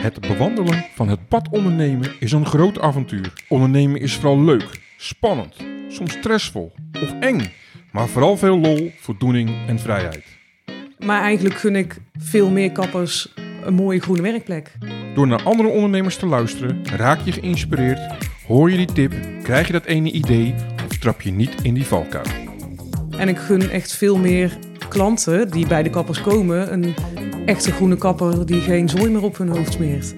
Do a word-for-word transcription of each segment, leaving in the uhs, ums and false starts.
Het bewandelen van het pad ondernemen is een groot avontuur. Ondernemen is vooral leuk, spannend, soms stressvol of eng. Maar vooral veel lol, voldoening en vrijheid. Maar eigenlijk gun ik veel meer kappers een mooie groene werkplek. Door naar andere ondernemers te luisteren, raak je geïnspireerd, hoor je die tip, krijg je dat ene idee of trap je niet in die valkuil. En ik gun echt veel meer klanten die bij de kappers komen een echte groene kapper die geen zooi meer op hun hoofd smeert.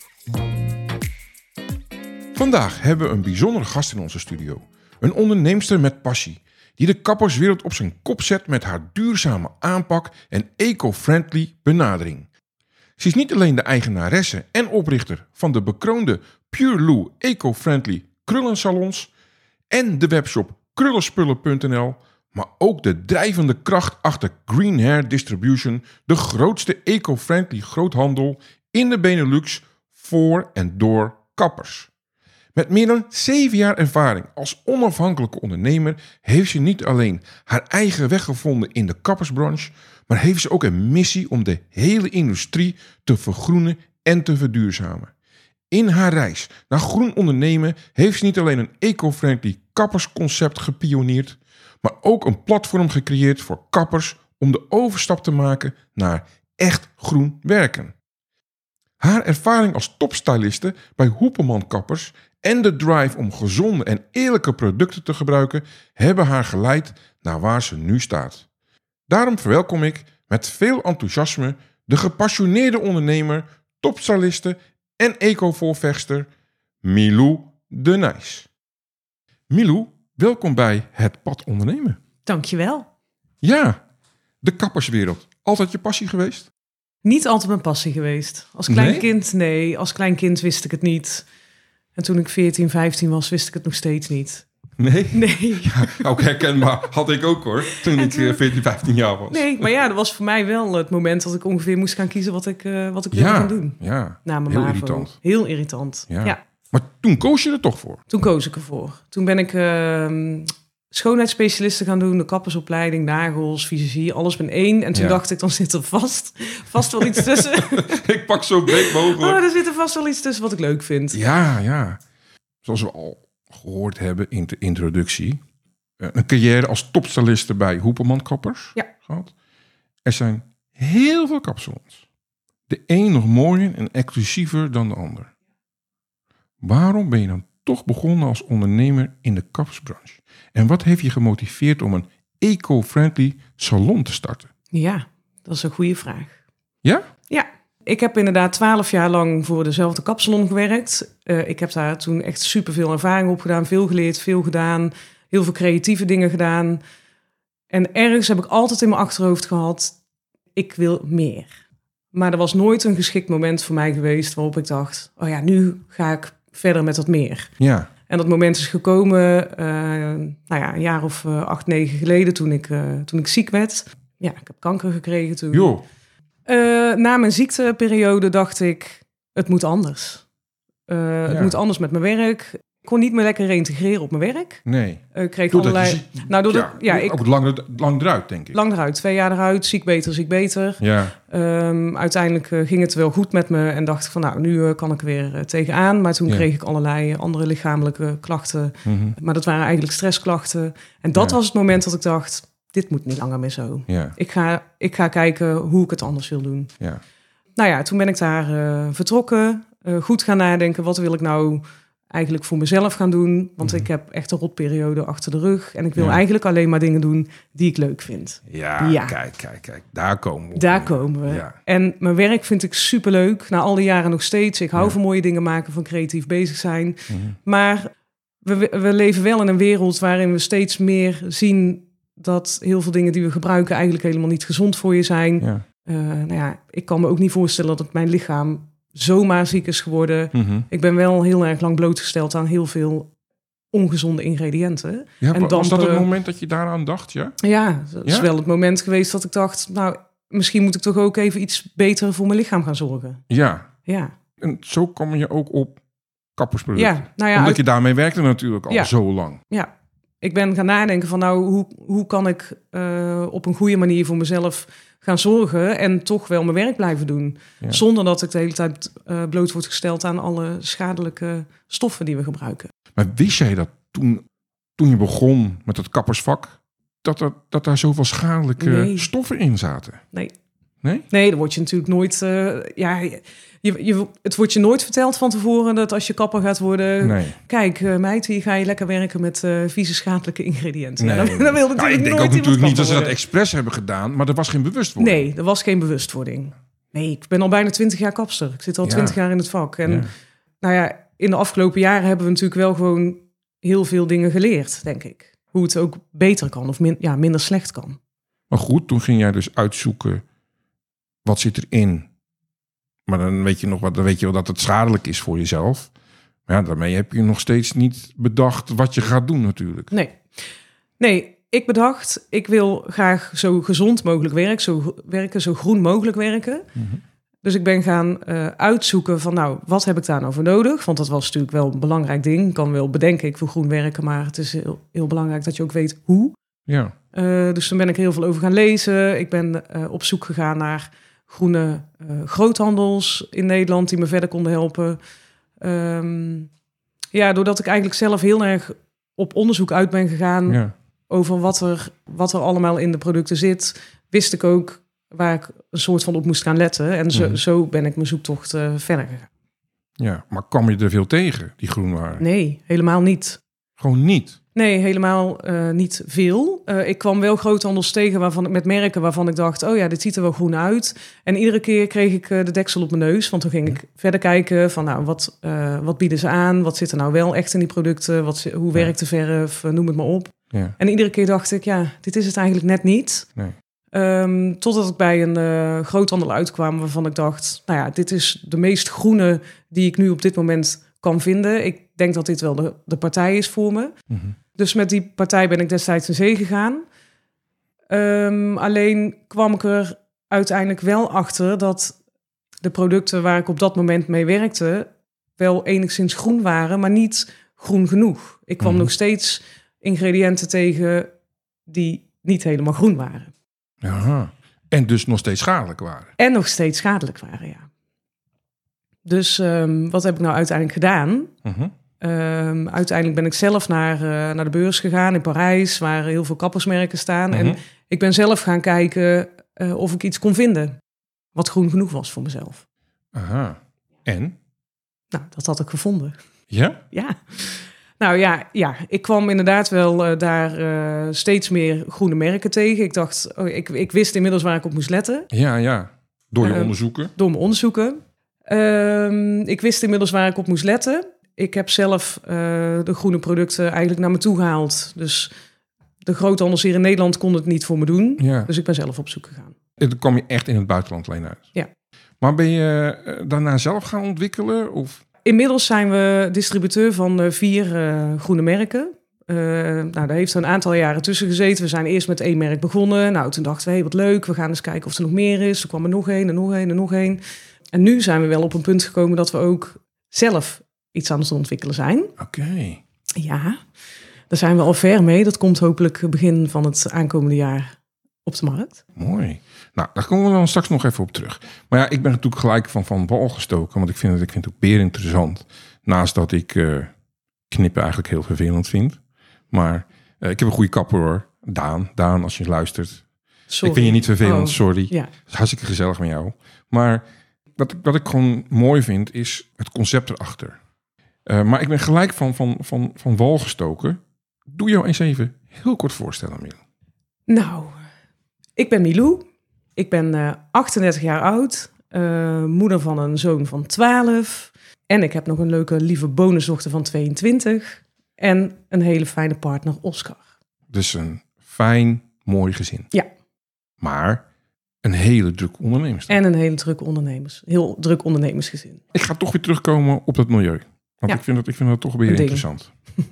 Vandaag hebben we een bijzondere gast in onze studio. Een onderneemster met passie, die de kapperswereld op zijn kop zet met haar duurzame aanpak en eco-friendly benadering. Ze is niet alleen de eigenaresse en oprichter van de bekroonde Pure Lou eco-friendly krullensalons en de webshop krullenspullen punt n l, maar ook de drijvende kracht achter Green Hair Distribution, de grootste eco-friendly groothandel in de Benelux voor en door kappers. Met meer dan zeven jaar ervaring als onafhankelijke ondernemer heeft ze niet alleen haar eigen weg gevonden in de kappersbranche, maar heeft ze ook een missie om de hele industrie te vergroenen en te verduurzamen. In haar reis naar groen ondernemen heeft ze niet alleen een eco-friendly kappersconcept gepioneerd, maar ook een platform gecreëerd voor kappers om de overstap te maken naar echt groen werken. Haar ervaring als topstyliste bij Hoepeman Kappers en de drive om gezonde en eerlijke producten te gebruiken hebben haar geleid naar waar ze nu staat. Daarom verwelkom ik met veel enthousiasme de gepassioneerde ondernemer, topstyliste en eco-voorvechter Milou de Nijs. Milou, welkom bij Het Pad Ondernemen. Dankjewel. Ja, de kapperswereld. Altijd je passie geweest? Niet altijd mijn passie geweest. Als klein Nee? kind, nee. Als klein kind wist ik het niet. En toen ik veertien, vijftien was, wist ik het nog steeds niet. Nee? Nee. Ja, ook herkenbaar. Had ik ook hoor, toen ik uh, veertien, vijftien jaar was. Nee, maar ja, dat was voor mij wel het moment dat ik ongeveer moest gaan kiezen wat ik, uh, wat ik wilde Ja, gaan doen. ja. Na mijn Heel MAVO. irritant. Heel irritant, Ja. ja. Maar toen koos je er toch voor? Toen koos ik ervoor. Toen ben ik uh, schoonheidsspecialisten gaan doen, de kappersopleiding, nagels, visagie, alles in één. En toen Ja. dacht ik, dan zit er vast, vast wel iets tussen. Ik pak zo breed mogelijk. Oh, er zit er vast wel iets tussen wat ik leuk vind. Ja, ja. Zoals we al gehoord hebben in de introductie. uh, Een carrière als topstyliste bij Hoepeman Kappers Ja. gehad. Er zijn heel veel kapsalons. De een nog mooier en exclusiever dan de ander. Waarom ben je dan toch begonnen als ondernemer in de kappersbranche? En wat heeft je gemotiveerd om een eco-friendly salon te starten? Ja, dat is een goede vraag. Ja? Ja, ik heb inderdaad twaalf jaar lang voor dezelfde kapsalon gewerkt. Uh, ik heb daar toen echt superveel ervaring op gedaan. Veel geleerd, veel gedaan. Heel veel creatieve dingen gedaan. En ergens heb ik altijd in mijn achterhoofd gehad, ik wil meer. Maar er was nooit een geschikt moment voor mij geweest waarop ik dacht, oh ja, nu ga ik verder met dat meer. Ja. En dat moment is gekomen, uh, nou ja, een jaar of uh, acht, negen geleden toen ik, uh, toen ik ziek werd. Ja, ik heb kanker gekregen toen. Joh. Uh, na mijn ziekteperiode dacht ik, het moet anders. Uh, Ja. Het moet anders met mijn werk. Ik kon niet meer lekker reintegreren op mijn werk. Nee. Uh, ik kreeg Doordat allerlei... je ziek- nou, doordat, ja, ja, ik ook lang, lang eruit, denk ik. lang eruit. Twee jaar eruit, ziek beter, ziek beter. Ja. Um, uiteindelijk uh, ging het wel goed met me en dacht ik van, nou, nu uh, kan ik weer uh, tegenaan. Maar toen Ja. kreeg ik allerlei andere lichamelijke klachten. Mhm. Maar dat waren eigenlijk stressklachten. En dat Ja. was het moment dat ik dacht, dit moet niet langer meer zo. Ja. Ik ga, ik ga kijken hoe ik het anders wil doen. Ja. Nou ja, toen ben ik daar uh, vertrokken. Uh, goed gaan nadenken, wat wil ik nou eigenlijk voor mezelf gaan doen? Want Mhm. ik heb echt een rotperiode achter de rug. En ik wil Ja. eigenlijk alleen maar dingen doen die ik leuk vind. Ja, Ja. kijk, kijk, kijk. Daar komen we op. Daar komen we. Ja. En mijn werk vind ik superleuk. Na al die jaren nog steeds. Ik hou Ja. van mooie dingen maken, van creatief bezig zijn. Mhm. Maar we, we leven wel in een wereld waarin we steeds meer zien dat heel veel dingen die we gebruiken eigenlijk helemaal niet gezond voor je zijn. Ja. Uh, nou ja, ik kan me ook niet voorstellen dat mijn lichaam zomaar ziek is geworden. Mhm. Ik ben wel heel erg lang blootgesteld aan heel veel ongezonde ingrediënten. Ja, En wa- was dat dampen. het moment dat je daaraan dacht, ja? Ja, dat is Ja? wel het moment geweest dat ik dacht, nou, misschien moet ik toch ook even iets beter voor mijn lichaam gaan zorgen. Ja. Ja, En zo kwam je ook op kappersproducten. ja nou ja, Omdat uit- je daarmee werkte natuurlijk al Ja. zo lang. ja. ik ben gaan nadenken van nou, hoe, hoe kan ik uh, op een goede manier voor mezelf gaan zorgen en toch wel mijn werk blijven doen. Ja. Zonder dat ik de hele tijd uh, bloot word gesteld aan alle schadelijke stoffen die we gebruiken. Maar wist jij dat toen, toen je begon met het kappersvak, dat, er, dat daar zoveel schadelijke nee. stoffen in zaten? Nee. Nee? Nee, dan word je natuurlijk nooit... Uh, ja, je, je, het wordt je nooit verteld van tevoren dat als je kapper gaat worden... Nee. Kijk, uh, meid, hier ga je lekker werken met uh, vieze schadelijke ingrediënten. Nee. Ja, dan, dan wil nou, ik denk ook natuurlijk niet dat ze dat expres hebben gedaan, maar er was geen bewustwording. Nee, er was geen bewustwording. Nee, ik ben al bijna twintig jaar kapster. Ik zit al twintig ja. jaar in het vak. En ja. nou ja, in de afgelopen jaren hebben we natuurlijk wel gewoon heel veel dingen geleerd, denk ik. Hoe het ook beter kan of min, ja, minder slecht kan. Maar goed, toen ging jij dus uitzoeken... Wat zit erin? Maar dan weet je nog wat, dan weet je wel dat het schadelijk is voor jezelf. Maar ja, daarmee heb je nog steeds niet bedacht wat je gaat doen natuurlijk. Nee, nee, ik bedacht, ik wil graag zo gezond mogelijk werken, zo werken, zo groen mogelijk werken. Mm-hmm. Dus ik ben gaan uh, uitzoeken van nou, wat heb ik daar nou voor nodig? Want dat was natuurlijk wel een belangrijk ding. Ik kan wel bedenken, ik wil groen werken, maar het is heel, heel belangrijk dat je ook weet hoe. Ja. Uh, dus toen ben ik heel veel over gaan lezen. Ik ben uh, op zoek gegaan naar groene uh, groothandels in Nederland die me verder konden helpen. Um, ja, doordat ik eigenlijk zelf heel erg op onderzoek uit ben gegaan ja. over wat er, wat er allemaal in de producten zit, wist ik ook waar ik een soort van op moest gaan letten. En zo, mm. zo ben ik mijn zoektocht uh, verder gegaan. Ja, maar kwam je er veel tegen, die groen waren? Nee, helemaal niet. Gewoon niet? Nee, helemaal uh, niet veel. Uh, ik kwam wel groothandels tegen waarvan, met merken waarvan ik dacht... oh ja, dit ziet er wel groen uit. En iedere keer kreeg ik uh, de deksel op mijn neus. Want toen ging ik verder kijken van nou, wat, uh, wat bieden ze aan? Wat zit er nou wel echt in die producten? Wat, hoe ja. werkt de verf? Noem het maar op. Ja. En iedere keer dacht ik, ja, dit is het eigenlijk net niet. Nee. Um, totdat ik bij een uh, groothandel uitkwam waarvan ik dacht... nou ja, dit is de meest groene die ik nu op dit moment kan vinden. Ik denk dat dit wel de, de partij is voor me. Mm-hmm. Dus met die partij ben ik destijds in zee gegaan. Um, alleen kwam ik er uiteindelijk wel achter dat de producten waar ik op dat moment mee werkte wel enigszins groen waren, maar niet groen genoeg. Ik kwam mm-hmm. nog steeds ingrediënten tegen die niet helemaal groen waren. Aha. En dus nog steeds schadelijk waren. En nog steeds schadelijk waren, ja. Dus um, wat heb ik nou uiteindelijk gedaan? Mm-hmm. Um, uiteindelijk ben ik zelf naar, uh, naar de beurs gegaan in Parijs, waar heel veel kappersmerken staan. Mm-hmm. En ik ben zelf gaan kijken uh, of ik iets kon vinden wat groen genoeg was voor mezelf. Aha. En? Nou, dat had ik gevonden. Ja? Ja. Nou ja, ja, ik kwam inderdaad wel uh, daar uh, steeds meer groene merken tegen. Ik dacht, oh, ik, ik wist inmiddels waar ik op moest letten. Ja, ja. Door je uh, onderzoeken? Door mijn onderzoeken. Uh, ik wist inmiddels waar ik op moest letten. Ik heb zelf uh, de groene producten eigenlijk naar me toe gehaald. Dus de groothandels hier in Nederland konden het niet voor me doen. Ja. Dus ik ben zelf op zoek gegaan. En dan kwam je echt in het buitenland alleen uit? Ja. Maar ben je uh, daarna zelf gaan ontwikkelen? Of? Inmiddels zijn we distributeur van uh, vier uh, groene merken. Uh, nou, daar heeft er een aantal jaren tussen gezeten. We zijn eerst met één merk begonnen. Nou, toen dachten we, hey, wat leuk. We gaan eens kijken of er nog meer is. Er kwam er nog één en nog één en nog één. En nu zijn we wel op een punt gekomen dat we ook zelf iets aan het ontwikkelen zijn. Oké. Okay. Ja, daar zijn we al ver mee. Dat komt hopelijk begin van het aankomende jaar op de markt. Mooi. Nou, daar komen we dan straks nog even op terug. Maar ja, ik ben natuurlijk gelijk van, van wal gestoken, want ik vind het, ik vind het ook beer interessant. Naast dat ik uh, knippen eigenlijk heel vervelend vind. Maar uh, ik heb een goede kapper hoor. Daan, Daan, als je luistert. Sorry. Ik vind je niet vervelend, oh, sorry. Ja. Het is hartstikke gezellig met jou. Maar wat, wat ik gewoon mooi vind, is het concept erachter. Uh, maar ik ben gelijk van, van, van, van wal gestoken. Doe jou eens even heel kort voorstellen, Milou. Nou, ik ben Milou. Ik ben uh, achtendertig jaar oud. Uh, moeder van een zoon van twaalf. En ik heb nog een leuke, lieve bonusdochter van tweeëntwintig. En een hele fijne partner, Oscar. Dus een fijn, mooi gezin. Ja. Maar een hele drukke ondernemers. En een hele drukke ondernemers. Heel druk ondernemersgezin. Ik ga toch weer terugkomen op dat milieu. Want ja. ik, vind dat, ik vind dat toch weer een interessant.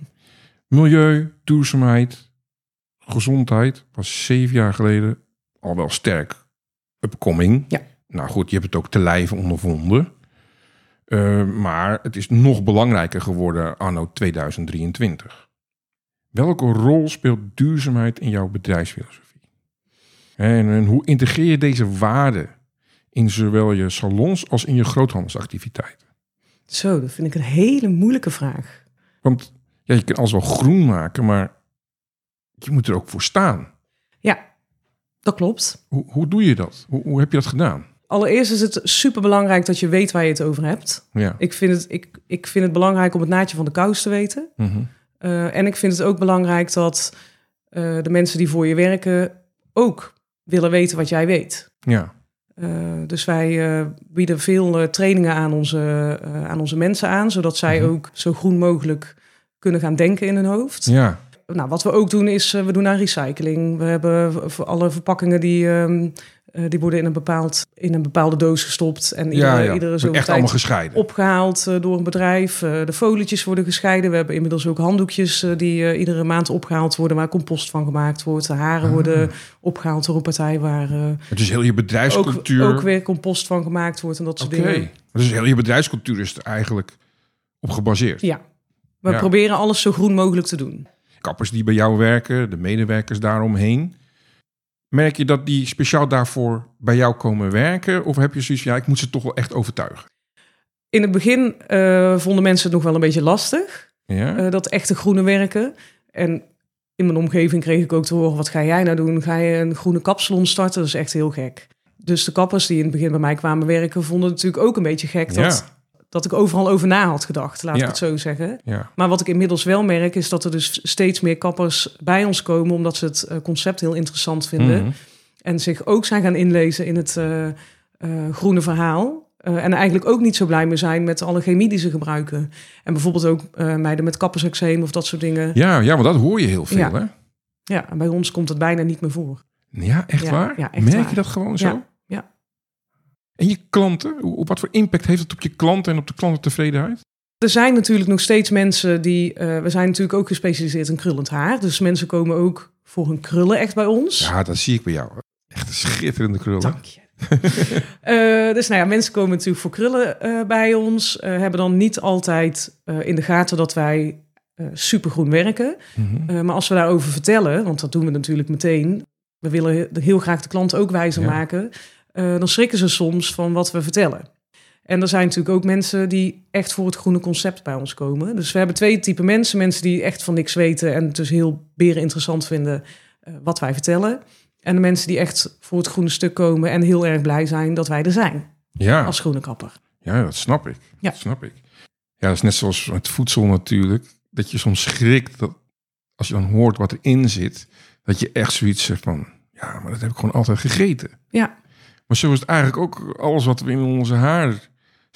Milieu, duurzaamheid, gezondheid was zeven jaar geleden al wel sterk upcoming. Ja. Nou goed, je hebt het ook te lijve ondervonden. Uh, maar het is nog belangrijker geworden anno tweeduizend drieëntwintig. Welke rol speelt duurzaamheid in jouw bedrijfsfilosofie? En, en hoe integreer je deze waarden in zowel je salons als in je groothandelsactiviteiten? Zo, dat vind ik een hele moeilijke vraag. Want ja, je kan alles wel groen maken, maar je moet er ook voor staan. Ja, dat klopt. Hoe, hoe doe je dat? Hoe, hoe heb je dat gedaan? Allereerst is het superbelangrijk dat je weet waar je het over hebt. Ja. Ik vind het, ik, ik vind het belangrijk om het naadje van de kous te weten. Mm-hmm. Uh, en ik vind het ook belangrijk dat uh, de mensen die voor je werken ook willen weten wat jij weet. Ja. Uh, dus wij uh, bieden veel uh, trainingen aan onze, uh, aan onze mensen aan, zodat zij mm-hmm. ook zo groen mogelijk kunnen gaan denken in hun hoofd. Ja. Nou, wat we ook doen is, uh, we doen aan recycling. We hebben voor alle verpakkingen die, um, uh, die worden in een, bepaald, in een bepaalde doos gestopt. En iedere, ja, ja. iedere zoveel echt tijd allemaal gescheiden. Opgehaald uh, door een bedrijf. Uh, de folietjes worden gescheiden. We hebben inmiddels ook handdoekjes uh, die uh, iedere maand opgehaald worden, waar compost van gemaakt wordt. De haren ah. worden opgehaald door een partij waar uh, het is heel je bedrijfscultuur ook, ook weer compost van gemaakt wordt en dat soort okay. dingen. Dus heel je bedrijfscultuur is er eigenlijk op gebaseerd. Ja, we ja. proberen alles zo groen mogelijk te doen. Kappers die bij jou werken, de medewerkers daaromheen. Merk je dat die speciaal daarvoor bij jou komen werken? Of heb je zoiets van, ja, ik moet ze toch wel echt overtuigen? In het begin uh, vonden mensen het nog wel een beetje lastig. Ja? Uh, dat echte groene werken. En in mijn omgeving kreeg ik ook te horen, wat ga jij nou doen? Ga je een groene kapsalon starten? Dat is echt heel gek. Dus de kappers die in het begin bij mij kwamen werken, vonden het natuurlijk ook een beetje gek dat... Ja. Dat ik overal over na had gedacht, laat ja. ik het zo zeggen. Ja. Maar wat ik inmiddels wel merk, is dat er dus steeds meer kappers bij ons komen, omdat ze het uh, concept heel interessant vinden. Mm-hmm. En zich ook zijn gaan inlezen in het uh, uh, groene verhaal. Uh, en eigenlijk ook niet zo blij meer zijn met alle chemie die ze gebruiken. En bijvoorbeeld ook uh, meiden met kapperseczeem of dat soort dingen. Ja, ja, want dat hoor je heel veel, ja. hè? Ja, en bij ons komt het bijna niet meer voor. Ja, echt ja, waar? Ja, echt Merk waar. je dat gewoon zo? Ja. ja. En je klanten, op wat voor impact heeft het op je klanten en op de klantentevredenheid? Er zijn natuurlijk nog steeds mensen die... Uh, we zijn natuurlijk ook gespecialiseerd in krullend haar. Dus mensen komen ook voor hun krullen echt bij ons. Ja, dat zie ik bij jou. Echt een schitterende krullen. Dank je. uh, dus nou ja, mensen komen natuurlijk voor krullen uh, bij ons. Uh, hebben dan niet altijd uh, in de gaten dat wij uh, supergroen werken. Mm-hmm. Uh, maar als we daarover vertellen, want dat doen we natuurlijk meteen. We willen heel graag de klant ook wijzer ja. maken. Uh, dan schrikken ze soms van wat we vertellen. En er zijn natuurlijk ook mensen die echt voor het groene concept bij ons komen. Dus we hebben twee typen mensen. Mensen die echt van niks weten en het dus heel beren interessant vinden uh, wat wij vertellen. En de mensen die echt voor het groene stuk komen en heel erg blij zijn dat wij er zijn. Ja. Als groene kapper. Ja, dat snap ik. Ja. Dat snap ik. Ja, dat is net zoals met voedsel natuurlijk. Dat je soms schrikt dat als je dan hoort wat erin zit, dat je echt zoiets zegt van, ja, maar dat heb ik gewoon altijd gegeten. Ja. Maar zo is het eigenlijk ook alles wat we in onze haar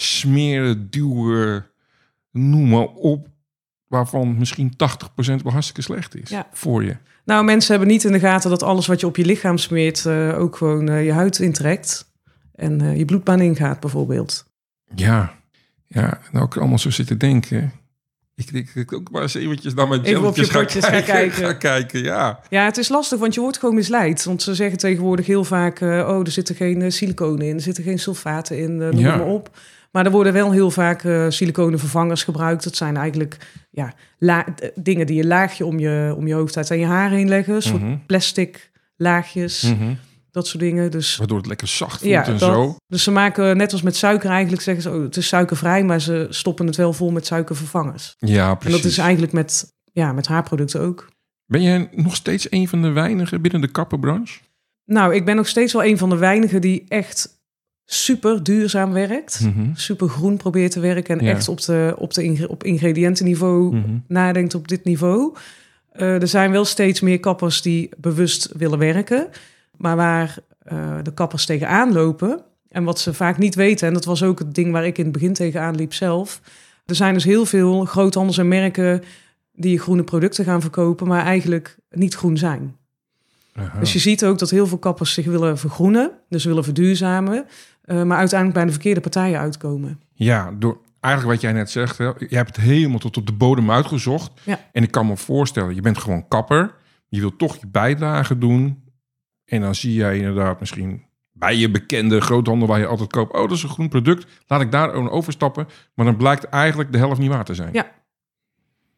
smeren, duwen, noem maar op, waarvan misschien tachtig procent wel hartstikke slecht is ja. voor je. Nou, mensen hebben niet in de gaten dat alles wat je op je lichaam smeert uh, ook gewoon uh, je huid intrekt en uh, je bloedbaan ingaat bijvoorbeeld. Ja, ja, nou ik allemaal zo zitten denken. Ik denk dat ik ook maar eens eventjes naar mijn jelletjes ga, ga kijken. Ga kijken ja. ja, het is lastig, want je wordt gewoon misleid. Want ze zeggen tegenwoordig heel vaak, uh, oh, er zitten geen uh, siliconen in, er zitten geen sulfaten in, uh, noem ja. maar op. Maar er worden wel heel vaak uh, siliconenvervangers gebruikt. Dat zijn eigenlijk ja, la- dingen die een laagje om je, om je hoofd uit en je haar heen leggen. Een soort mm-hmm. plastic laagjes, mm-hmm. dat soort dingen. Dus, waardoor het lekker zacht voelt ja, en dat, zo. Dus ze maken, net als met suiker eigenlijk, zeggen ze, oh, het is suikervrij, maar ze stoppen het wel vol met suikervervangers. Ja, precies. En dat is eigenlijk met, ja, met haarproducten ook. Ben jij nog steeds een van de weinigen binnen de kapperbranche? Nou, ik ben nog steeds wel een van de weinigen die echt super duurzaam werkt. Mm-hmm. Super groen probeert te werken. En ja. echt op, de, op, de ingre- op ingrediëntenniveau mm-hmm. nadenkt op dit niveau. Uh, er zijn wel steeds meer kappers die bewust willen werken. Maar waar uh, de kappers tegenaan lopen, en wat ze vaak niet weten, en dat was ook het ding waar ik in het begin tegenaan liep zelf. Er zijn dus heel veel groothandels en merken die groene producten gaan verkopen, maar eigenlijk niet groen zijn. Aha. Dus je ziet ook dat heel veel kappers zich willen vergroenen, dus willen verduurzamen, uh, maar uiteindelijk bij de verkeerde partijen uitkomen. Ja, door eigenlijk wat jij net zegt, hè, je hebt het helemaal tot op de bodem uitgezocht. Ja. En ik kan me voorstellen, je bent gewoon kapper, je wilt toch je bijdrage doen. En dan zie jij inderdaad misschien bij je bekende groothandel waar je altijd koopt, oh, dat is een groen product, laat ik daar overstappen. Maar dan blijkt eigenlijk de helft niet waar te zijn. Ja. Ja,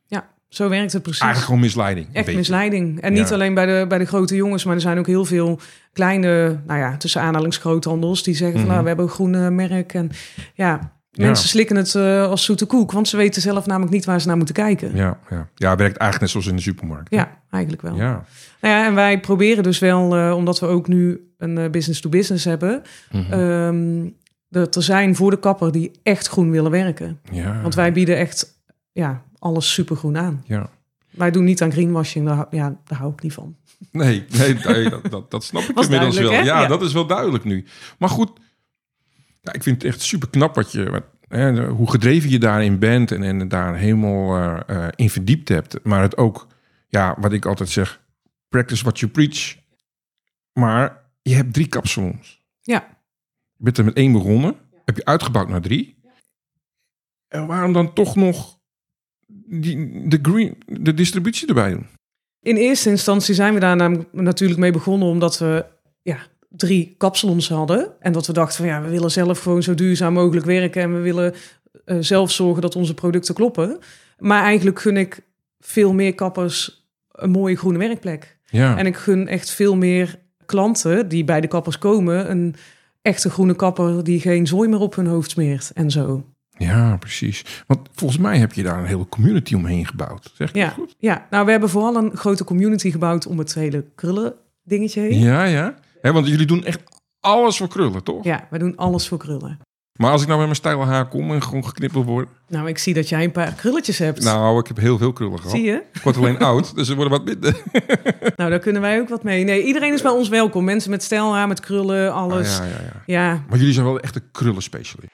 Zo werkt het precies. Eigenlijk gewoon misleiding. Echt misleiding. En niet ja. alleen bij de, bij de grote jongens, maar er zijn ook heel veel kleine, nou ja, tussen aanhalingsgroothandels die zeggen van, mm-hmm. nou, we hebben een groene merk. En ja, ja. mensen slikken het uh, als zoete koek, want ze weten zelf namelijk niet waar ze naar moeten kijken. Ja, ja. ja werkt eigenlijk net zoals in de supermarkt. Ja, eigenlijk wel. Ja. Nou ja, en wij proberen dus wel, uh, omdat we ook nu een uh, business-to-business hebben, mm-hmm. um, er te zijn voor de kapper die echt groen willen werken. Ja. Want wij bieden echt, ja, alles supergroen aan. Ja. Wij doen niet aan greenwashing, daar, ja, daar hou ik niet van. Nee, nee, nee dat, dat, dat snap ik inmiddels wel. Ja, ja, dat is wel duidelijk nu. Maar goed, ja, ik vind het echt super knap wat je, wat, hè, hoe gedreven je daarin bent en, en daar helemaal uh, uh, in verdiept hebt. Maar het ook, ja, wat ik altijd zeg, practice what you preach. Maar je hebt drie kapsalons. Ja. Je bent er met één begonnen, heb je uitgebouwd naar drie. En waarom dan toch nog die, de, green, de distributie erbij doen? In eerste instantie zijn we daar namelijk natuurlijk mee begonnen omdat we ja, drie kapsalons hadden. En dat we dachten van ja, we willen zelf gewoon zo duurzaam mogelijk werken. En we willen uh, zelf zorgen dat onze producten kloppen. Maar eigenlijk gun ik veel meer kappers een mooie groene werkplek. Ja. En ik gun echt veel meer klanten die bij de kappers komen een echte groene kapper die geen zooi meer op hun hoofd smeert en zo. Ja, precies. Want volgens mij heb je daar een hele community omheen gebouwd. Zeg ik ja, dat goed? Ja, nou we hebben vooral een grote community gebouwd om het hele krullen dingetje heen. Ja, ja. He, want jullie doen echt alles voor krullen, toch? Ja, we doen alles voor krullen. Maar als ik nou met mijn stijle haar kom en gewoon geknippeld word... Nou, ik zie dat jij een paar krulletjes hebt. Nou, ik heb heel veel krullen gehad. Zie je? Ik word alleen oud, dus er worden wat minder. Nou, daar kunnen wij ook wat mee. Nee, iedereen is bij ons welkom. Mensen met stijlhaar, met krullen, alles. Ah, ja, ja, ja. Ja. Maar jullie zijn wel echte krullen specialist.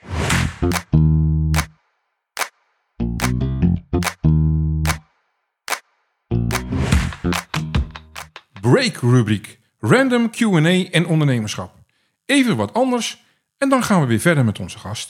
Break-rubriek. Random Q en A en ondernemerschap. Even wat anders en dan gaan we weer verder met onze gast.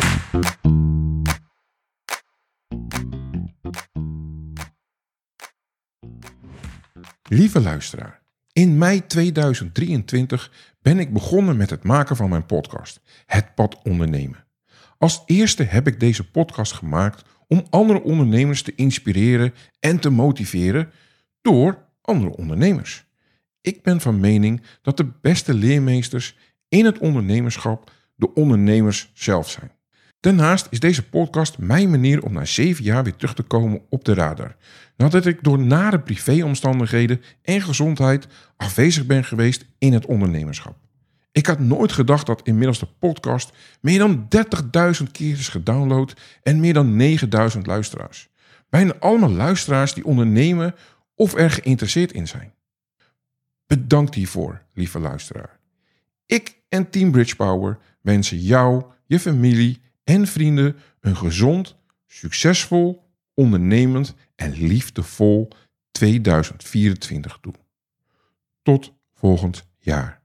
Lieve luisteraar, in mei tweeduizend drieëntwintig ben ik begonnen met het maken van mijn podcast, Het Pad Ondernemen. Als eerste heb ik deze podcast gemaakt om andere ondernemers te inspireren en te motiveren door andere ondernemers. Ik ben van mening dat de beste leermeesters in het ondernemerschap de ondernemers zelf zijn. Daarnaast is deze podcast mijn manier om na zeven jaar weer terug te komen op de radar. Nadat ik door nare privéomstandigheden en gezondheid afwezig ben geweest in het ondernemerschap. Ik had nooit gedacht dat inmiddels de podcast meer dan dertigduizend keer is gedownload en meer dan negenduizend luisteraars. Bijna allemaal luisteraars die ondernemen of er geïnteresseerd in zijn. Bedankt hiervoor, lieve luisteraar. Ik en Team Bridgepower wensen jou, je familie en vrienden een gezond, succesvol, ondernemend en liefdevol tweeduizend vierentwintig toe. Tot volgend jaar.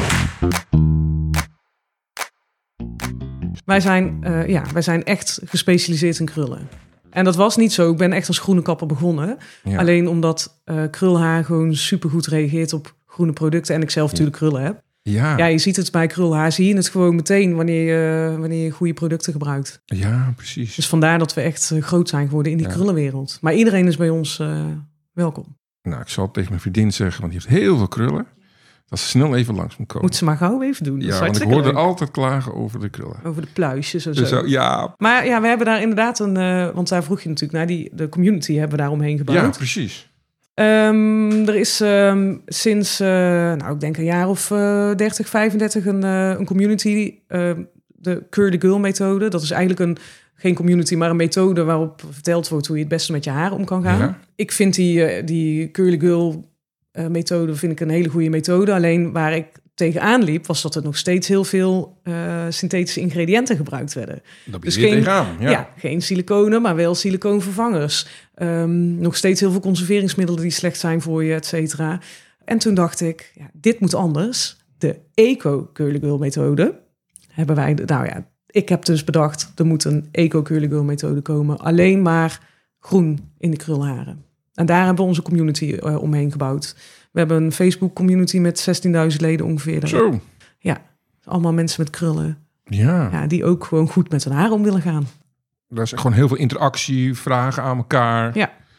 Wij zijn, uh, ja, wij zijn echt gespecialiseerd in krullen. En dat was niet zo. Ik ben echt als groene kapper begonnen. Ja. Alleen omdat uh, krulhaar gewoon supergoed reageert op groene producten. En ik zelf ja. natuurlijk krullen heb. Ja. ja, je ziet het bij krulhaar. Zie je het gewoon meteen wanneer je, wanneer je goede producten gebruikt. Ja, precies. Dus vandaar dat we echt uh, groot zijn geworden in die ja. krullenwereld. Maar iedereen is bij ons uh, welkom. Nou, ik zal het tegen mijn vriendin zeggen, want die heeft heel veel krullen. Dat ze snel even langs moet komen. Moet ze maar gauw even doen. Ja, want ik hoorde leuk. altijd klagen over de krullen. Over de pluisjes en dus zo. Ja. Maar ja, we hebben daar inderdaad een... Uh, want daar vroeg je natuurlijk naar. Die, de community hebben we daar omheen gebouwd. Ja, precies. Um, er is um, sinds, uh, nou ik denk een jaar of uh, dertig, vijfendertig een, uh, een community. Uh, de Curly Girl methode. Dat is eigenlijk een, geen community, maar een methode waarop verteld wordt hoe je het beste met je haar om kan gaan. Ja. Ik vind die, uh, die Curly Girl uh, methode vind ik een hele goede methode. Alleen waar ik tegenaan liep, was dat er nog steeds heel veel uh, synthetische ingrediënten gebruikt werden. Dat dus geen, tegenaan, ja. ja, geen siliconen, maar wel silicoonvervangers. Um, nog steeds heel veel conserveringsmiddelen die slecht zijn voor je, et cetera. En toen dacht ik, ja, dit moet anders. De Eco Curly Girl methode hebben wij... Nou ja, ik heb dus bedacht, er moet een Eco Curly Girl methode komen. Alleen maar groen in de krulharen. En daar hebben we onze community uh, omheen gebouwd. We hebben een Facebook community met zestienduizend leden ongeveer. Zo. Ja, allemaal mensen met krullen. Ja. Ja, die ook gewoon goed met hun haar om willen gaan. Er is gewoon heel veel interactie, vragen aan elkaar. Ja.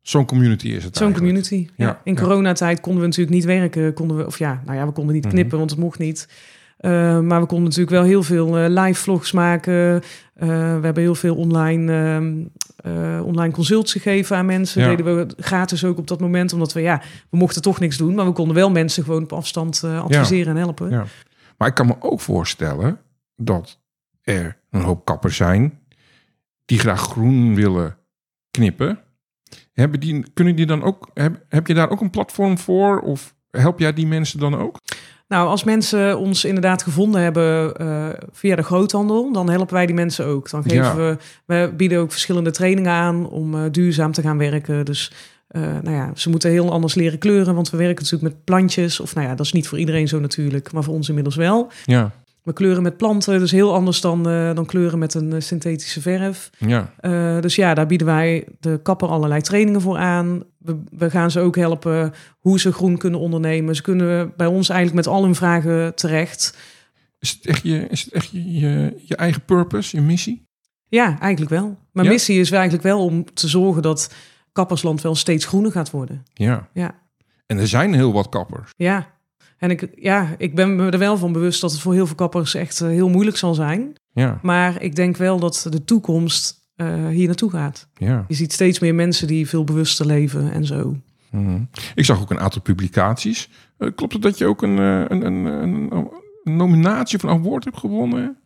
Zo'n community is het Zo'n eigenlijk. community, ja. Ja, In ja. coronatijd konden we natuurlijk niet werken. Konden we, of ja, nou ja, we konden niet knippen, Mm-hmm. want het mocht niet. Uh, maar we konden natuurlijk wel heel veel uh, live vlogs maken. Uh, we hebben heel veel online, uh, uh, online consults gegeven aan mensen. Ja. Deden we gratis ook op dat moment. Omdat we, ja, we mochten toch niks doen. Maar we konden wel mensen gewoon op afstand uh, adviseren ja. en helpen. Ja. Maar ik kan me ook voorstellen dat er een hoop kappers zijn die graag groen willen knippen. Hebben die, kunnen die dan ook, heb, heb je daar ook een platform voor? Of help jij die mensen dan ook? Nou, als mensen ons inderdaad gevonden hebben uh, via de groothandel, dan helpen wij die mensen ook. Dan geven ja. we, we bieden ook verschillende trainingen aan om uh, duurzaam te gaan werken. Dus uh, nou ja, ze moeten heel anders leren kleuren, want we werken natuurlijk met plantjes. Of nou ja, dat is niet voor iedereen zo natuurlijk, maar voor ons inmiddels wel. Ja. We kleuren met planten, dus heel anders dan, uh, dan kleuren met een uh, synthetische verf. Ja. Uh, dus ja, daar bieden wij de kapper allerlei trainingen voor aan. We, we gaan ze ook helpen hoe ze groen kunnen ondernemen. Ze kunnen bij ons eigenlijk met al hun vragen terecht. Is het echt je, is het echt je, je, je eigen purpose, je missie? Ja, eigenlijk wel. Mijn ja? missie is eigenlijk wel om te zorgen dat Kappersland wel steeds groener gaat worden. Ja. Ja. En er zijn heel wat kappers. Ja. En ik, ja, ik ben me er wel van bewust dat het voor heel veel kappers echt uh, heel moeilijk zal zijn. Ja. Maar ik denk wel dat de toekomst uh, hier naartoe gaat. Ja. Je ziet steeds meer mensen die veel bewuster leven en zo. Mm-hmm. Ik zag ook een aantal publicaties. Uh, klopt het dat je ook een, uh, een, een, een, een nominatie of een award hebt gewonnen?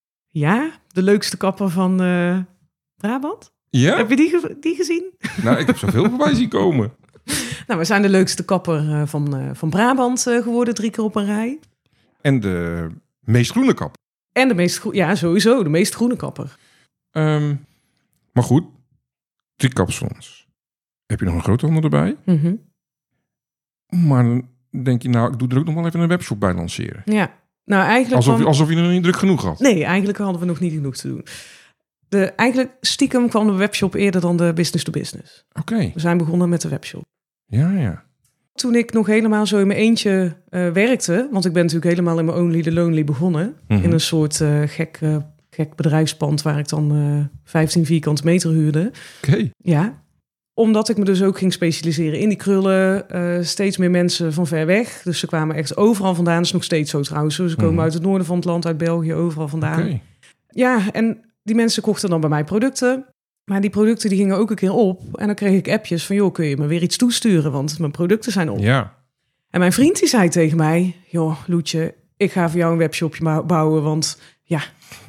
Ja, de leukste kapper van uh, Brabant. Ja? Heb je die, ge- die gezien? Nou, ik heb zoveel voorbij zien komen. Nou, we zijn de leukste kapper van, uh, van Brabant uh, geworden, drie keer op een rij. En de meest groene kapper. En de meest groene, ja, sowieso, de meest groene kapper. Um, maar goed, drie kapsels. Heb je nog een groothandel erbij? Mm-hmm. Maar dan denk je, nou, ik doe er ook nog wel even een webshop bij lanceren. Ja, nou eigenlijk... Alsof, kwam... je, alsof je er nog niet druk genoeg had. Nee, eigenlijk hadden we nog niet genoeg te doen. De, eigenlijk stiekem kwam de webshop eerder dan de business to business. Oké. Okay. We zijn begonnen met de webshop. Ja, ja. Toen ik nog helemaal zo in mijn eentje uh, werkte, want ik ben natuurlijk helemaal in mijn Only the Lonely begonnen. Mm-hmm. In een soort uh, gek, uh, gek bedrijfspand waar ik dan uh, vijftien vierkante meter huurde. Oké. Okay. Ja, omdat ik me dus ook ging specialiseren in die krullen. Uh, steeds meer mensen van ver weg. Dus ze kwamen echt overal vandaan. Dat is nog steeds zo trouwens. Ze komen mm-hmm. uit het noorden van het land, uit België, overal vandaan. Okay. Ja, en die mensen kochten dan bij mij producten. Maar die producten die gingen ook een keer op. En dan kreeg ik appjes van, joh, kun je me weer iets toesturen? Want mijn producten zijn op. Ja. En mijn vriend die zei tegen mij, joh, Loetje, ik ga voor jou een webshopje bouwen. Want ja,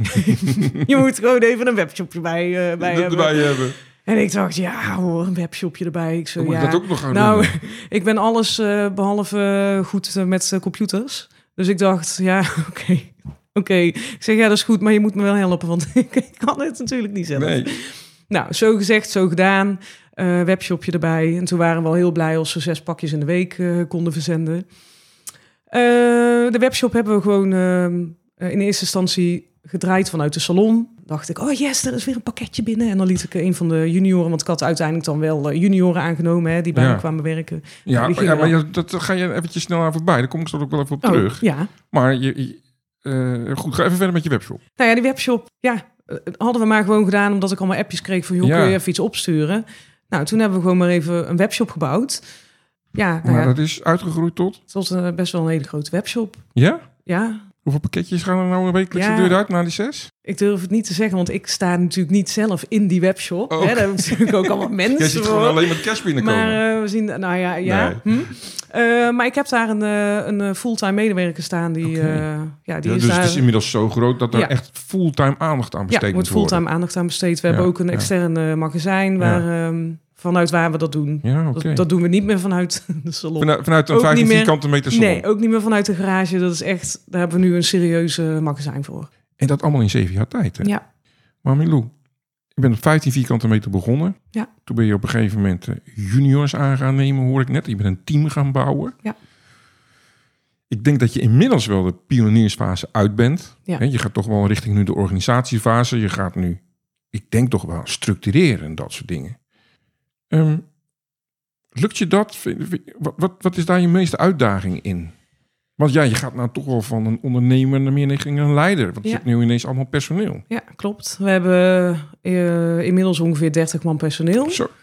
je moet gewoon even een webshopje bij, uh, bij dat hebben. Erbij hebben. En ik dacht, ja hoor, een webshopje erbij. Ik zo, moet ja, je dat ook nog gaan nou, doen? ik ben alles uh, behalve goed uh, met uh, computers. Dus ik dacht, ja, oké. Okay. Oké, okay. Ik zeg, ja, dat is goed, maar je moet me wel helpen, want ik kan het natuurlijk niet zelf. Nee. Nou, zo gezegd, zo gedaan. Uh, webshopje erbij. En toen waren we al heel blij als we zes pakjes in de week uh, konden verzenden. Uh, de webshop hebben we gewoon uh, in eerste instantie gedraaid vanuit de salon. Dacht ik, oh yes, er is weer een pakketje binnen. En dan liet ik een van de junioren, want ik had uiteindelijk dan wel uh, junioren aangenomen, hè, die bij ja. me kwamen werken. Ja, nou, ja maar je, dat ga je eventjes snel aan voorbij. Daar kom ik zo ook wel even op oh, terug. Ja. Maar je, uh, goed, ga even verder met je webshop. Nou ja, die webshop, ja, hadden we maar gewoon gedaan omdat ik allemaal appjes kreeg van, joh, ja. kun je even iets opsturen? Nou, toen hebben we gewoon maar even een webshop gebouwd. Ja, nou maar ja, dat is uitgegroeid tot? Tot uh, best wel een hele grote webshop. Ja? Ja. Hoeveel pakketjes gaan er nou een wekelijks ja. de deur uit na die zes? Ik durf het niet te zeggen, want ik sta natuurlijk niet zelf in die webshop. Oh. Hè, daar hebben natuurlijk ook allemaal mensen. Jij ziet gewoon alleen met cash binnenkomen. Maar uh, we zien, nou ja, ja. Nee. Hm? Uh, maar ik heb daar een, uh, een fulltime medewerker staan. Die, okay. uh, ja, die ja, is dus daar... het is inmiddels zo groot dat er ja. echt fulltime aandacht aan besteed ja, moet worden. Ja, wordt fulltime aandacht aan besteed. We ja. hebben ook een extern uh, magazijn waar... Ja. Um, vanuit waar we dat doen. Ja, okay. dat, dat doen we niet meer vanuit de salon. Vanuit, vanuit een ook vijftien vierkante meter salon? Nee, ook niet meer vanuit de garage. Dat is echt, daar hebben we nu een serieuze magazijn voor. En dat allemaal in zeven jaar tijd, hè? Ja. Maar Milou, je bent op vijftien vierkante meter begonnen. Ja. Toen ben je op een gegeven moment juniors aan gaan nemen, hoor ik net. Je bent een team gaan bouwen. Ja. Ik denk dat je inmiddels wel de pioniersfase uit bent. Ja. Je gaat toch wel richting nu de organisatiefase. Je gaat nu, ik denk toch wel, structureren en dat soort dingen. Um, lukt je dat? Wat, wat, wat is daar je meeste uitdaging in? Want ja, je gaat nou toch wel van een ondernemer naar meer richting een leider. Want je ja. hebt nu ineens allemaal personeel. Ja, klopt. We hebben uh, inmiddels ongeveer dertig man personeel. Zo.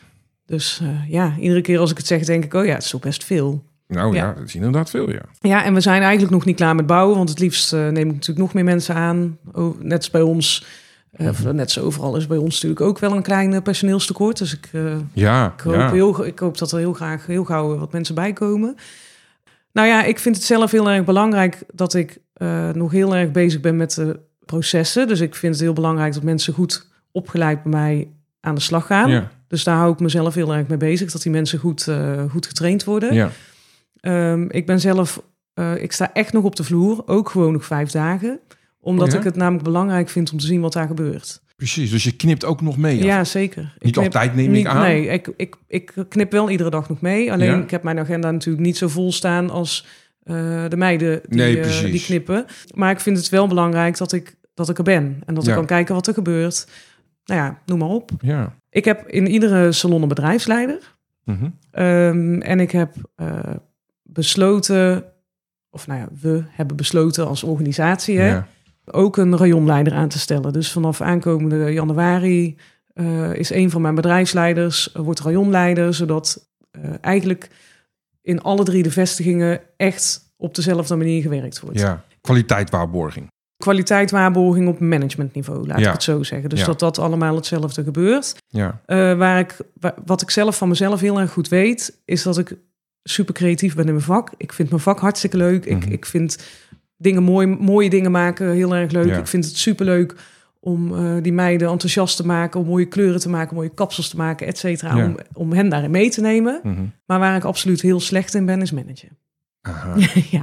Dus uh, ja, iedere keer als ik het zeg, denk ik, oh ja, het is toch best veel. Nou ja, ja, dat is inderdaad veel, ja. Ja, en we zijn eigenlijk nog niet klaar met bouwen, want het liefst uh, neem ik natuurlijk nog meer mensen aan. Oh, net als bij ons, uh, mm-hmm. net zo overal is bij ons natuurlijk ook wel een klein uh, personeelstekort. Dus ik, uh, ja, ik, hoop ja. heel, ik hoop dat er heel graag heel gauw wat mensen bij komen. Nou ja, ik vind het zelf heel erg belangrijk dat ik uh, nog heel erg bezig ben met de processen. Dus ik vind het heel belangrijk dat mensen goed opgeleid bij mij aan de slag gaan. Ja. Dus daar hou ik mezelf heel erg mee bezig, dat die mensen goed, uh, goed getraind worden. Ja. Um, ik ben zelf, uh, ik sta echt nog op de vloer, ook gewoon nog vijf dagen. Omdat oh ja? ik het namelijk belangrijk vind om te zien wat daar gebeurt. Precies, dus je knipt ook nog mee? Ja, zeker. Niet ik knip, altijd neem niet, ik aan? Nee, ik, ik, ik knip wel iedere dag nog mee. Alleen Ja? ik heb mijn agenda natuurlijk niet zo vol staan als uh, de meiden die, nee, uh, die knippen. Maar ik vind het wel belangrijk dat ik, dat ik er ben. En dat ja. ik kan kijken wat er gebeurt. Nou ja, noem maar op. Ja. Ik heb in iedere salon een bedrijfsleider. Mm-hmm. Um, en ik heb uh, besloten, of nou ja, we hebben besloten als organisatie, hè, ja. ook een rayonleider aan te stellen. Dus vanaf aankomende januari uh, is een van mijn bedrijfsleiders, uh, wordt rayonleider, zodat uh, eigenlijk in alle drie de vestigingen echt op dezelfde manier gewerkt wordt. Ja, kwaliteitswaarborging. Kwaliteitswaarborging op managementniveau, laat ja. ik het zo zeggen. Dus ja. dat dat allemaal hetzelfde gebeurt. Ja. Uh, waar ik, wat ik zelf van mezelf heel erg goed weet, is dat ik super creatief ben in mijn vak. Ik vind mijn vak hartstikke leuk. Mm-hmm. Ik, ik vind dingen mooi, mooie dingen maken heel erg leuk. Ja. Ik vind het superleuk om uh, die meiden enthousiast te maken, om mooie kleuren te maken, mooie kapsels te maken, et cetera. Ja. Om, om hen daarin mee te nemen. Mm-hmm. Maar waar ik absoluut heel slecht in ben, is managen. Aha. ja.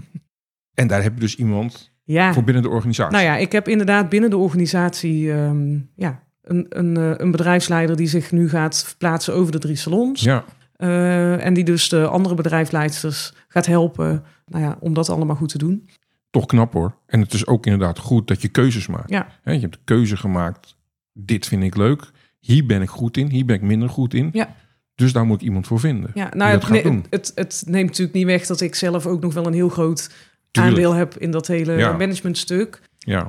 En daar heb je dus iemand ja. voor binnen de organisatie? Nou ja, ik heb inderdaad binnen de organisatie um, ja, een, een, een bedrijfsleider die zich nu gaat verplaatsen over de drie salons. Ja. Uh, en die dus de andere bedrijfsleidsters gaat helpen nou ja, om dat allemaal goed te doen. Toch knap hoor. En het is ook inderdaad goed dat je keuzes maakt. Ja. He, je hebt de keuze gemaakt, dit vind ik leuk. Hier ben ik goed in, hier ben ik minder goed in. Ja. Dus daar moet ik iemand voor vinden. Ja, nou, die dat het, gaat doen. Het, het, het neemt natuurlijk niet weg dat ik zelf ook nog wel een heel groot Tuurlijk. aandeel heb in dat hele ja. managementstuk. Ja.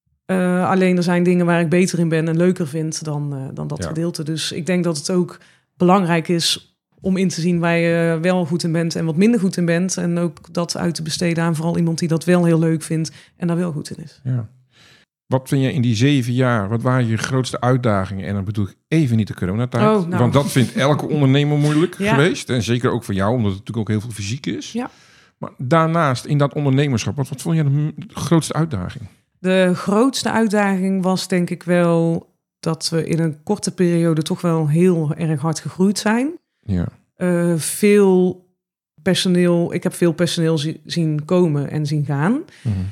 Uh, alleen er zijn dingen waar ik beter in ben en leuker vind dan, uh, dan dat ja. gedeelte. Dus ik denk dat het ook belangrijk is om in te zien waar je wel goed in bent en wat minder goed in bent. En ook dat uit te besteden aan vooral iemand die dat wel heel leuk vindt en daar wel goed in is. Ja. Wat vind je in die zeven jaar, wat waren je grootste uitdagingen? En dan bedoel ik even niet de coronatijd. Oh, nou. Want dat vindt elke ondernemer moeilijk ja. geweest. En zeker ook voor jou, omdat het natuurlijk ook heel veel fysiek is. Ja. Maar daarnaast, in dat ondernemerschap, wat, wat vond je de, de grootste uitdaging? De grootste uitdaging was denk ik wel dat we in een korte periode toch wel heel erg hard gegroeid zijn. Ja. Uh, veel personeel, ik heb veel personeel zi- zien komen en zien gaan. Mm-hmm.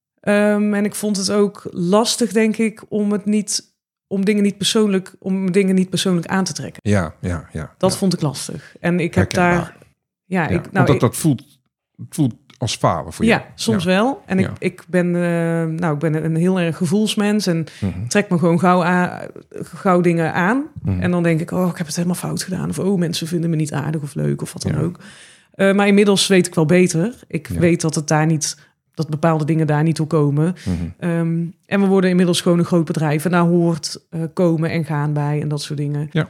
Um, en ik vond het ook lastig, denk ik, om het niet, om dingen niet persoonlijk, om dingen niet persoonlijk aan te trekken. Ja, ja, ja. Dat ja. vond ik lastig. En ik heb daar, ja, ja. ik, nou, Want dat, ik, dat voelt, voelt als falen voor je. Ja, soms ja. wel. En ja. ik, ik ben, uh, nou, ik ben een heel erg gevoelsmens en mm-hmm. trek me gewoon gauw, aan, gauw dingen aan. Mm-hmm. En dan denk ik, oh, ik heb het helemaal fout gedaan. Of oh, mensen vinden me niet aardig of leuk of wat dan ja. ook. Uh, maar inmiddels weet ik wel beter. Ik ja. weet dat het daar niet, dat bepaalde dingen daar niet toe komen. Mm-hmm. Um, en we worden inmiddels gewoon een groot bedrijf. En daar hoort uh, komen en gaan bij en dat soort dingen. Ja.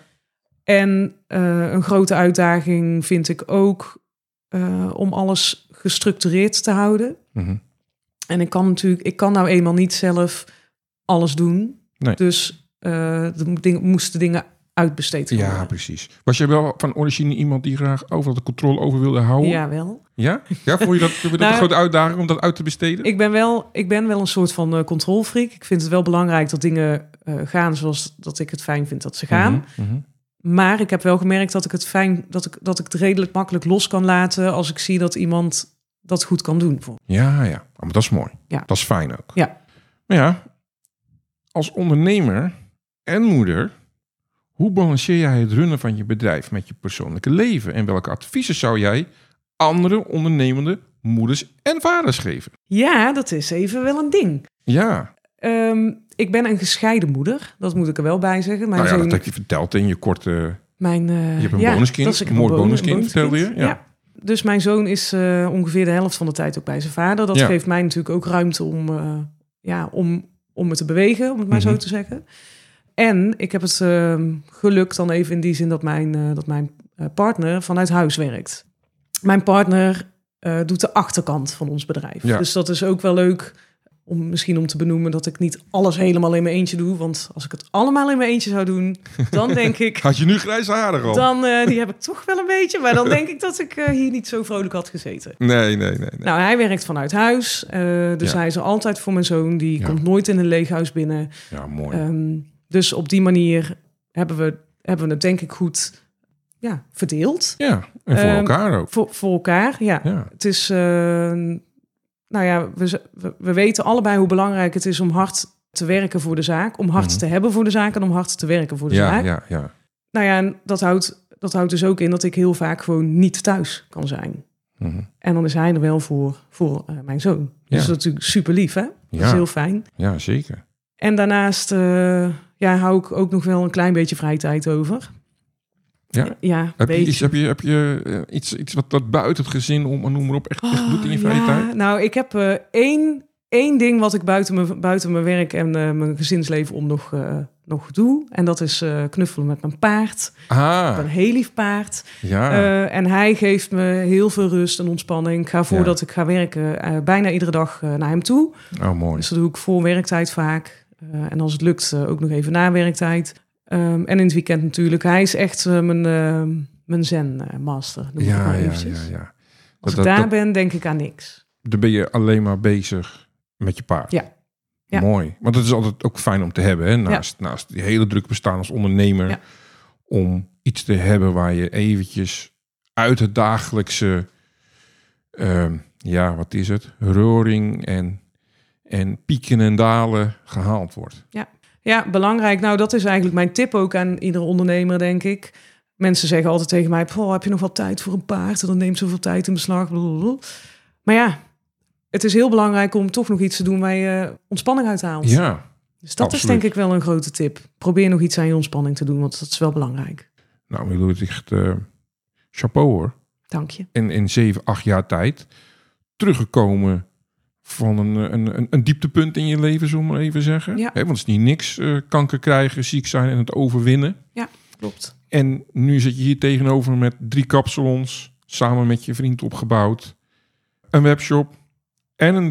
En uh, een grote uitdaging vind ik ook uh, om alles gestructureerd te houden. Mm-hmm. En ik kan natuurlijk, ik kan nou eenmaal niet zelf alles doen. Nee. Dus uh, de ding, moesten dingen uitbesteed worden. Ja, precies. Was jij wel van origine iemand die graag overal de controle over wilde houden? Ja, wel. Ja? Ja, vond je dat, vond je dat nou, een grote uitdaging om dat uit te besteden? Ik ben wel, ik ben wel een soort van uh, controlfreak. Ik vind het wel belangrijk dat dingen uh, gaan zoals dat ik het fijn vind dat ze gaan. Mm-hmm. Mm-hmm. Maar ik heb wel gemerkt dat ik het fijn, dat ik, dat ik het redelijk makkelijk los kan laten als ik zie dat iemand dat goed kan doen. Ja, ja. Maar dat is mooi. Ja. Dat is fijn ook. Ja. Maar ja, als ondernemer en moeder, hoe balanceer jij het runnen van je bedrijf met je persoonlijke leven? En welke adviezen zou jij andere ondernemende moeders en vaders geven? Ja, dat is even wel een ding. Ja. Um, ik ben een gescheiden moeder. Dat moet ik er wel bij zeggen. Mijn nou ja, zoon... dat heb je verteld in je korte... Mijn, uh, je hebt een ja, bonuskind, een mooi bonuskind, vertelde je. Ja. Ja. Dus mijn zoon is uh, ongeveer de helft van de tijd ook bij zijn vader. Dat ja. geeft mij natuurlijk ook ruimte om, uh, ja, om, om me te bewegen, om het maar mm-hmm. zo te zeggen. en ik heb het uh, geluk dan even in die zin dat mijn, uh, dat mijn uh, partner vanuit huis werkt. Mijn partner uh, doet de achterkant van ons bedrijf. Ja. Dus dat is ook wel leuk om misschien om te benoemen dat ik niet alles helemaal in mijn eentje doe. Want als ik het allemaal in mijn eentje zou doen, dan denk ik... Had je nu grijze haren al? Dan, uh, die heb ik toch wel een beetje. Maar dan denk ik dat ik uh, hier niet zo vrolijk had gezeten. Nee, nee, nee. nee. Nou, hij werkt vanuit huis. Uh, dus ja. hij is er altijd voor mijn zoon. Die ja. komt nooit in een leeg huis binnen. Ja, mooi. Um, dus op die manier hebben we, hebben we het denk ik goed ja, verdeeld. Ja, en voor um, elkaar ook. Voor, voor elkaar, ja. ja. Het is... Uh, Nou ja, we, we, we weten allebei hoe belangrijk het is om hard te werken voor de zaak. Om hard mm-hmm. te hebben voor de zaak en om hard te werken voor de ja, zaak. Ja, ja. Nou ja, en dat houdt, dat houdt dus ook in dat ik heel vaak gewoon niet thuis kan zijn. Mm-hmm. En dan is hij er wel voor, voor uh, mijn zoon. Ja. Dus dat is natuurlijk super lief, hè? Dat ja. is heel fijn. Ja, zeker. En daarnaast uh, ja, hou ik ook nog wel een klein beetje vrije tijd over. Ja, ja heb, je iets, heb je, heb je uh, iets, iets wat, wat buiten het gezin om, noem maar op, echt, echt doet in je vrije ja, tijd? Nou, ik heb uh, één, één ding wat ik buiten mijn, buiten mijn werk en uh, mijn gezinsleven om nog, uh, nog doe. En dat is uh, knuffelen met mijn paard. Ah. Ik heb een heel lief paard. Ja. Uh, en hij geeft me heel veel rust en ontspanning. Ik ga voordat ja. ik ga werken uh, bijna iedere dag uh, naar hem toe. Oh, mooi. Dus dat doe ik voor werktijd vaak. Uh, en als het lukt uh, ook nog even na werktijd. Um, en in het weekend natuurlijk. Hij is echt uh, mijn, uh, mijn zen-master. Ja, ja, ja, ja. Als dat, ik daar dat, ben, denk ik aan niks. Dan ben je alleen maar bezig met je paard. Ja. ja. Mooi. Want het is altijd ook fijn om te hebben. Hè? Naast, ja. naast die hele druk bestaan als ondernemer. Ja. Om iets te hebben waar je eventjes uit het dagelijkse... Uh, ja, wat is het? Roering en, en pieken en dalen gehaald wordt. Ja. Ja, belangrijk. Nou, dat is eigenlijk mijn tip ook aan iedere ondernemer, denk ik. Mensen zeggen altijd tegen mij, oh, heb je nog wat tijd voor een paard? En dan neemt zoveel tijd in beslag. Blablabla. Maar ja, het is heel belangrijk om toch nog iets te doen waar je ontspanning uit haalt. Ja, dus dat absoluut. Is denk ik wel een grote tip. Probeer nog iets aan je ontspanning te doen, want dat is wel belangrijk. Nou, ik doe het echt uh, chapeau hoor. Dank je. En in zeven, acht jaar tijd teruggekomen... van een, een, een dieptepunt in je leven, zullen we maar even zeggen. Ja. He, want het is niet niks, uh, kanker krijgen, ziek zijn en het overwinnen. Ja, klopt. En nu zit je hier tegenover met drie kapsalons, samen met je vriend opgebouwd. Een webshop en een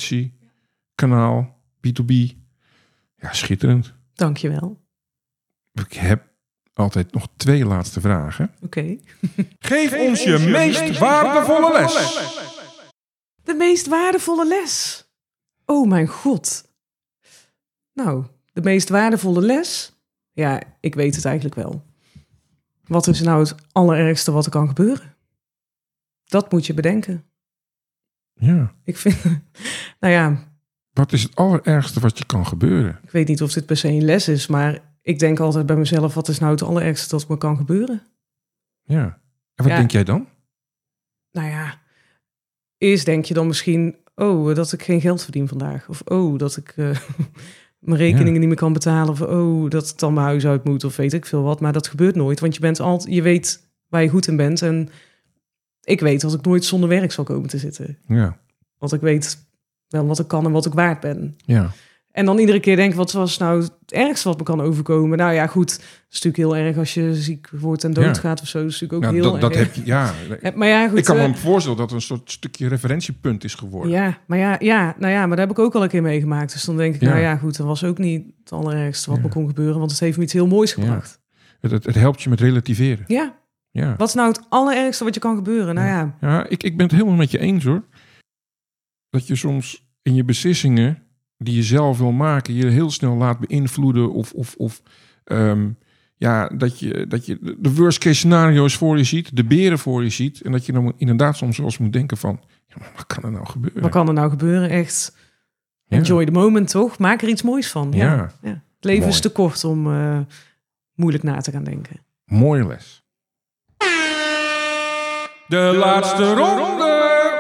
distributiekanaal, B twee B. Ja, schitterend. Dank je wel. Ik heb altijd nog twee laatste vragen. Oké. Okay. Geef, Geef ons je, ons je meest, meest waardevolle les. les. De meest waardevolle les. Oh mijn god. Nou, de meest waardevolle les? Ja, ik weet het eigenlijk wel. Wat is nou het allerergste wat er kan gebeuren? Dat moet je bedenken. Ja. Ik vind, nou ja. Wat is het allerergste wat je kan gebeuren? Ik weet niet of dit per se een les is, maar ik denk altijd bij mezelf, wat is nou het allerergste dat me kan gebeuren? Ja. En wat ja. denk jij dan? Nou ja. Eerst denk je dan misschien, oh, dat ik geen geld verdien vandaag. Of oh, dat ik uh, mijn rekeningen ja. niet meer kan betalen. Of oh, dat ik dan mijn huis uit moet. Of weet ik veel wat. Maar dat gebeurt nooit. Want je bent altijd, je weet waar je goed in bent. En ik weet dat ik nooit zonder werk zal komen te zitten. Ja. Want ik weet wel wat ik kan en wat ik waard ben. Ja. En dan iedere keer denk, wat was nou het ergste wat me kan overkomen? Nou ja, goed, het is natuurlijk heel erg als je ziek wordt en doodgaat ja. of zo. Dat is natuurlijk ook nou, heel dat, dat erg. Heb je, ja. Maar ja, goed, ik kan me uh, voorstellen dat het een soort stukje referentiepunt is geworden. Ja, maar ja, ja, nou ja, maar daar heb ik ook al een keer meegemaakt. Dus dan denk ik, ja. nou ja, goed, dat was ook niet het allerergste wat ja. me kon gebeuren. Want het heeft me iets heel moois gebracht. Ja. Het, het, het helpt je met relativeren. Ja. ja. Wat is nou het allerergste wat je kan gebeuren? Nou ja. Ja, ja ik, ik ben het helemaal met je eens hoor. Dat je soms in je beslissingen die je zelf wil maken, je heel snel laat beïnvloeden of, of, of um, ja, dat je, dat je de worst case scenario's voor je ziet, de beren voor je ziet en dat je dan inderdaad soms zelfs moet denken van, ja, maar wat kan er nou gebeuren? Wat kan er nou gebeuren? Echt enjoy ja. the moment, toch? Maak er iets moois van. Ja. ja. ja. Het leven Mooi. is te kort om uh, moeilijk na te gaan denken. Mooie les. De laatste ronde.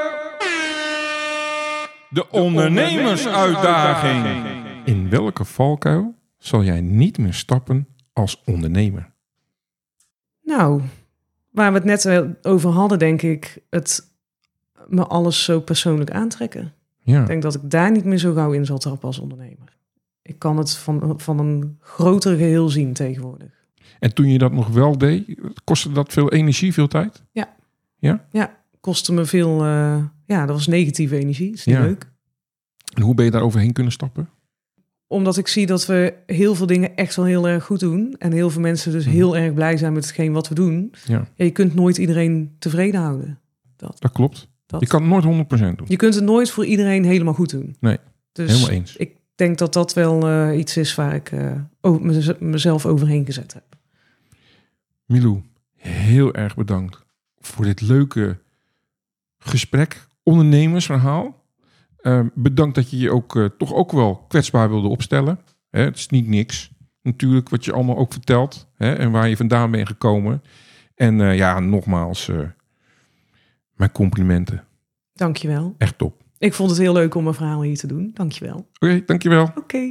De ondernemersuitdaging. In welke valkuil zal jij niet meer stappen als ondernemer? Nou, waar we het net over hadden, denk ik, het me alles zo persoonlijk aantrekken. Ja. Ik denk dat ik daar niet meer zo gauw in zal trappen als ondernemer. Ik kan het van, van een groter geheel zien tegenwoordig. En toen je dat nog wel deed, kostte dat veel energie, veel tijd? Ja. Ja? Ja, kostte me veel... Uh, ja, dat was negatieve energie. Is niet ja. leuk. En hoe ben je daar overheen kunnen stappen? Omdat ik zie dat we heel veel dingen echt wel heel erg goed doen. En heel veel mensen dus heel erg blij zijn met hetgeen wat we doen. Ja. Ja, je kunt nooit iedereen tevreden houden. Dat, dat klopt. Dat. Je kan het nooit honderd procent doen. Je kunt het nooit voor iedereen helemaal goed doen. Nee, dus helemaal eens. Ik denk dat dat wel uh, iets is waar ik uh, over, mezelf overheen gezet heb. Milou, heel erg bedankt voor dit leuke gesprek, ondernemersverhaal. Uh, bedankt dat je je ook uh, toch ook wel kwetsbaar wilde opstellen. Hè, het is niet niks natuurlijk wat je allemaal ook vertelt. Hè, en waar je vandaan bent gekomen. En uh, ja, nogmaals, uh, mijn complimenten. Dankjewel. Echt top. Ik vond het heel leuk om mijn verhaal hier te doen. Dankjewel. Oké, okay, dankjewel. Oké. Okay.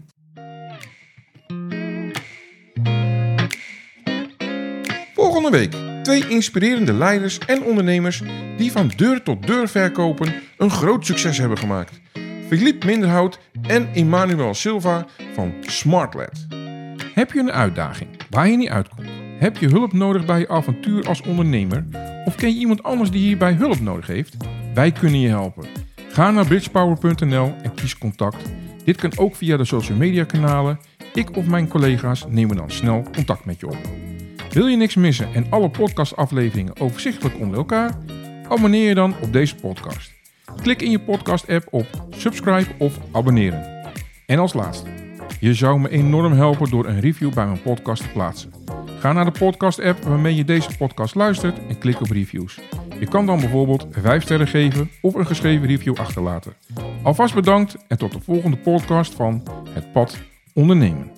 Volgende week twee inspirerende leiders en ondernemers die van deur tot deur verkopen een groot succes hebben gemaakt. Philippe Minderhout en Emmanuel Silva van SmartLed. Heb je een uitdaging waar je niet uitkomt? Heb je hulp nodig bij je avontuur als ondernemer? Of ken je iemand anders die hierbij hulp nodig heeft? Wij kunnen je helpen. Ga naar bridgepower punt n l en kies contact. Dit kan ook via de social media kanalen. Ik of mijn collega's nemen dan snel contact met je op. Wil je niks missen en alle podcastafleveringen overzichtelijk onder elkaar? Abonneer je dan op deze podcast. Klik in je podcast-app op subscribe of abonneren. En als laatste, je zou me enorm helpen door een review bij mijn podcast te plaatsen. Ga naar de podcast-app waarmee je deze podcast luistert en klik op reviews. Je kan dan bijvoorbeeld vijf sterren geven of een geschreven review achterlaten. Alvast bedankt en tot de volgende podcast van Het Pad Ondernemen.